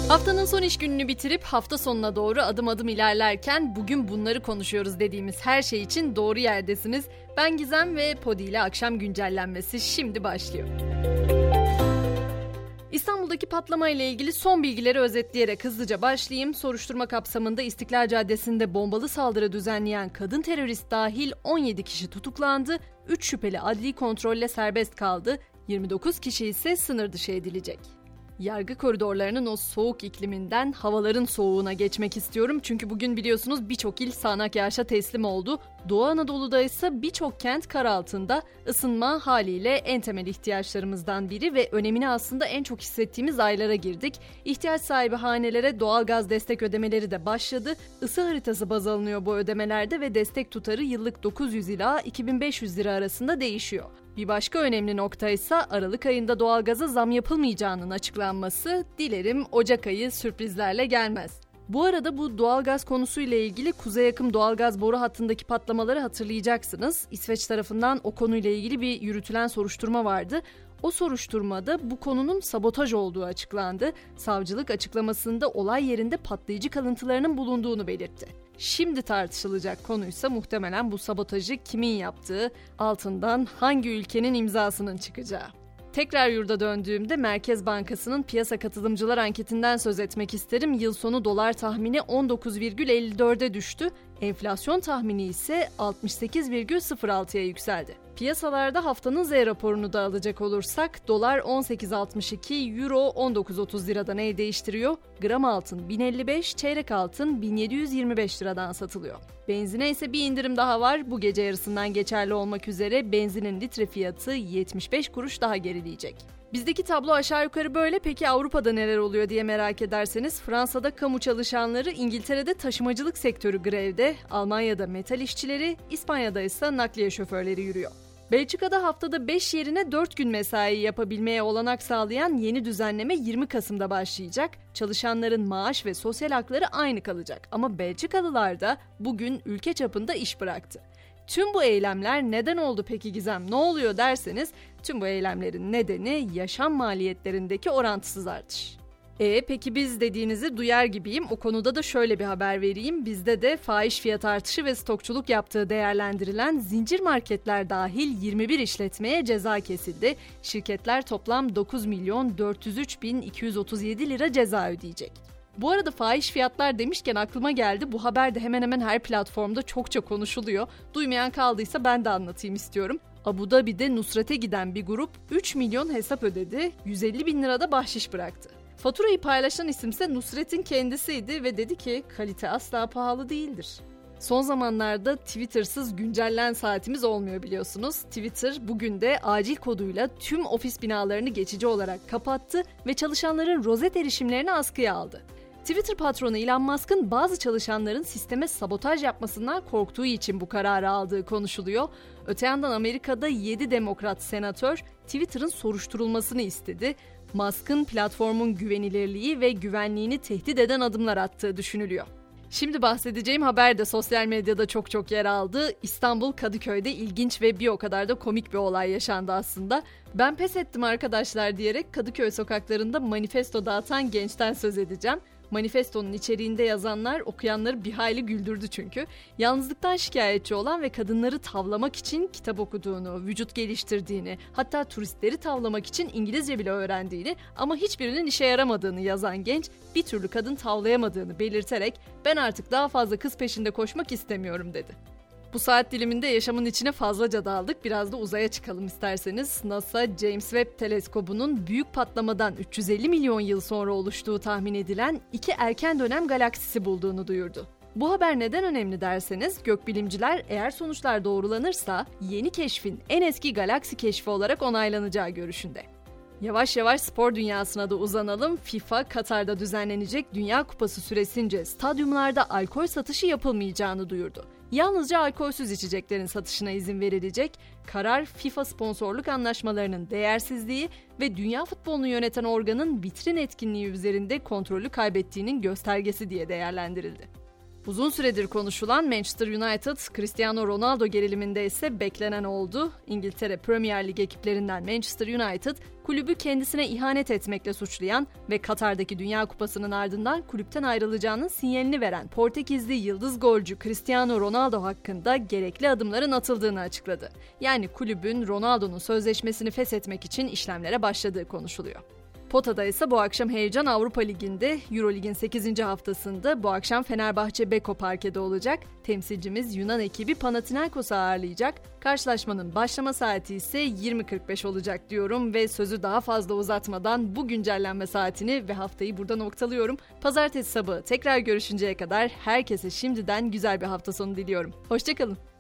Haftanın son iş gününü bitirip hafta sonuna doğru adım adım ilerlerken bugün bunları konuşuyoruz dediğimiz her şey için doğru yerdesiniz. Ben Gizem ve Podi ile akşam güncellenmesi şimdi başlıyor. İstanbul'daki patlama ile ilgili son bilgileri özetleyerek hızlıca başlayayım. Soruşturma kapsamında İstiklal Caddesi'nde bombalı saldırı düzenleyen kadın terörist dahil 17 kişi tutuklandı, 3 şüpheli adli kontrolle serbest kaldı, 29 kişi ise sınır dışı edilecek. Yargı koridorlarının o soğuk ikliminden havaların soğuğuna geçmek istiyorum. Çünkü bugün biliyorsunuz birçok il sağanak yağışa teslim oldu. Doğu Anadolu'da ise birçok kent kar altında. Isınma haliyle en temel ihtiyaçlarımızdan biri ve önemini aslında en çok hissettiğimiz aylara girdik. İhtiyaç sahibi hanelere doğalgaz destek ödemeleri de başladı. Isı haritası baz alınıyor bu ödemelerde ve destek tutarı yıllık 900 ila 2500 lira arasında değişiyor. Bir başka önemli nokta ise Aralık ayında doğalgaza zam yapılmayacağının açıklanması. Dilerim Ocak ayı sürprizlerle gelmez. Bu arada bu doğalgaz konusuyla ilgili Kuzey Akım doğalgaz boru hattındaki patlamaları hatırlayacaksınız. İsveç tarafından o konuyla ilgili bir yürütülen soruşturma vardı. O soruşturmada bu konunun sabotaj olduğu açıklandı. Savcılık açıklamasında olay yerinde patlayıcı kalıntılarının bulunduğunu belirtti. Şimdi tartışılacak konuysa muhtemelen bu sabotajı kimin yaptığı, altından hangi ülkenin imzasının çıkacağı. Tekrar yurda döndüğümde Merkez Bankası'nın piyasa katılımcılar anketinden söz etmek isterim. Yıl sonu dolar tahmini 19,54'e düştü. Enflasyon tahmini ise 68,06'ya yükseldi. Piyasalarda haftanın Z raporunu da alacak olursak dolar 18,62, euro 19,30 liradan el değiştiriyor. Gram altın 1055, çeyrek altın 1725 liradan satılıyor. Benzine ise bir indirim daha var. Bu gece yarısından geçerli olmak üzere benzinin litre fiyatı 75 kuruş daha gerileyecek. Bizdeki tablo aşağı yukarı böyle. Peki Avrupa'da neler oluyor diye merak ederseniz Fransa'da kamu çalışanları, İngiltere'de taşımacılık sektörü grevde, Almanya'da metal işçileri, İspanya'da ise nakliye şoförleri yürüyor. Belçika'da haftada 5 yerine 4 gün mesai yapabilmeye olanak sağlayan yeni düzenleme 20 Kasım'da başlayacak. Çalışanların maaş ve sosyal hakları aynı kalacak ama Belçikalılar da bugün ülke çapında iş bıraktı. Tüm bu eylemler neden oldu peki Gizem, ne oluyor derseniz tüm bu eylemlerin nedeni yaşam maliyetlerindeki orantısız artış. Peki biz dediğinizi duyar gibiyim. O konuda da şöyle bir haber vereyim. Bizde de fahiş fiyat artışı ve stokçuluk yaptığı değerlendirilen zincir marketler dahil 21 işletmeye ceza kesildi. Şirketler toplam 9.403.237 lira ceza ödeyecek. Bu arada fahiş fiyatlar demişken aklıma geldi. Bu haber de hemen hemen her platformda çokça konuşuluyor. Duymayan kaldıysa ben de anlatayım istiyorum. Abu Dhabi'de Nusret'e giden bir grup 3 milyon hesap ödedi, 150 bin lira da bahşiş bıraktı. Faturayı paylaşan isimse Nusret'in kendisiydi ve dedi ki kalite asla pahalı değildir. Son zamanlarda Twitter'sız güncellen saatimiz olmuyor biliyorsunuz. Twitter bugün de acil koduyla tüm ofis binalarını geçici olarak kapattı ve çalışanların rozet erişimlerini askıya aldı. Twitter patronu Elon Musk'ın bazı çalışanların sisteme sabotaj yapmasından korktuğu için bu kararı aldığı konuşuluyor. Öte yandan Amerika'da 7 demokrat senatör Twitter'ın soruşturulmasını istedi. Musk'ın platformun güvenilirliği ve güvenliğini tehdit eden adımlar attığı düşünülüyor. Şimdi bahsedeceğim haber de sosyal medyada çok yer aldı. İstanbul Kadıköy'de ilginç ve bir o kadar da komik bir olay yaşandı aslında. Ben pes ettim arkadaşlar diyerek Kadıköy sokaklarında manifesto dağıtan gençten söz edeceğim. Manifestonun içeriğinde yazanlar okuyanları bir hayli güldürdü çünkü. Yalnızlıktan şikayetçi olan ve kadınları tavlamak için kitap okuduğunu, vücut geliştirdiğini, hatta turistleri tavlamak için İngilizce bile öğrendiğini ama hiçbirinin işe yaramadığını yazan genç bir türlü kadın tavlayamadığını belirterek ben artık daha fazla kız peşinde koşmak istemiyorum dedi. Bu saat diliminde yaşamın içine fazlaca daldık. Biraz da uzaya çıkalım isterseniz. NASA, James Webb teleskobunun büyük patlamadan 350 milyon yıl sonra oluştuğu tahmin edilen 2 erken dönem galaksisi bulduğunu duyurdu. Bu haber neden önemli derseniz, gökbilimciler eğer sonuçlar doğrulanırsa yeni keşfin en eski galaksi keşfi olarak onaylanacağı görüşünde. Yavaş yavaş spor dünyasına da uzanalım. FIFA, Katar'da düzenlenecek Dünya Kupası süresince stadyumlarda alkol satışı yapılmayacağını duyurdu. Yalnızca alkolsüz içeceklerin satışına izin verilecek. Karar, FIFA sponsorluk anlaşmalarının değersizliği ve dünya futbolunu yöneten organın vitrin etkinliği üzerinde kontrolü kaybettiğinin göstergesi diye değerlendirildi. Uzun süredir konuşulan Manchester United, Cristiano Ronaldo geriliminde ise beklenen oldu. İngiltere Premier Lig ekiplerinden Manchester United, kulübü kendisine ihanet etmekle suçlayan ve Katar'daki Dünya Kupası'nın ardından kulüpten ayrılacağının sinyalini veren Portekizli yıldız golcü Cristiano Ronaldo hakkında gerekli adımların atıldığını açıkladı. Yani kulübün Ronaldo'nun sözleşmesini feshetmek için işlemlere başladığı konuşuluyor. Potada ise bu akşam heyecan Avrupa Ligi'nde. Eurolig'in 8. haftasında bu akşam Fenerbahçe Beko Park'te olacak. Temsilcimiz Yunan ekibi Panathinaikos'u ağırlayacak. Karşılaşmanın başlama saati ise 20.45 olacak diyorum ve sözü daha fazla uzatmadan bu güncellenme saatini ve haftayı burada noktalıyorum. Pazartesi sabahı tekrar görüşünceye kadar herkese şimdiden güzel bir hafta sonu diliyorum. Hoşça kalın.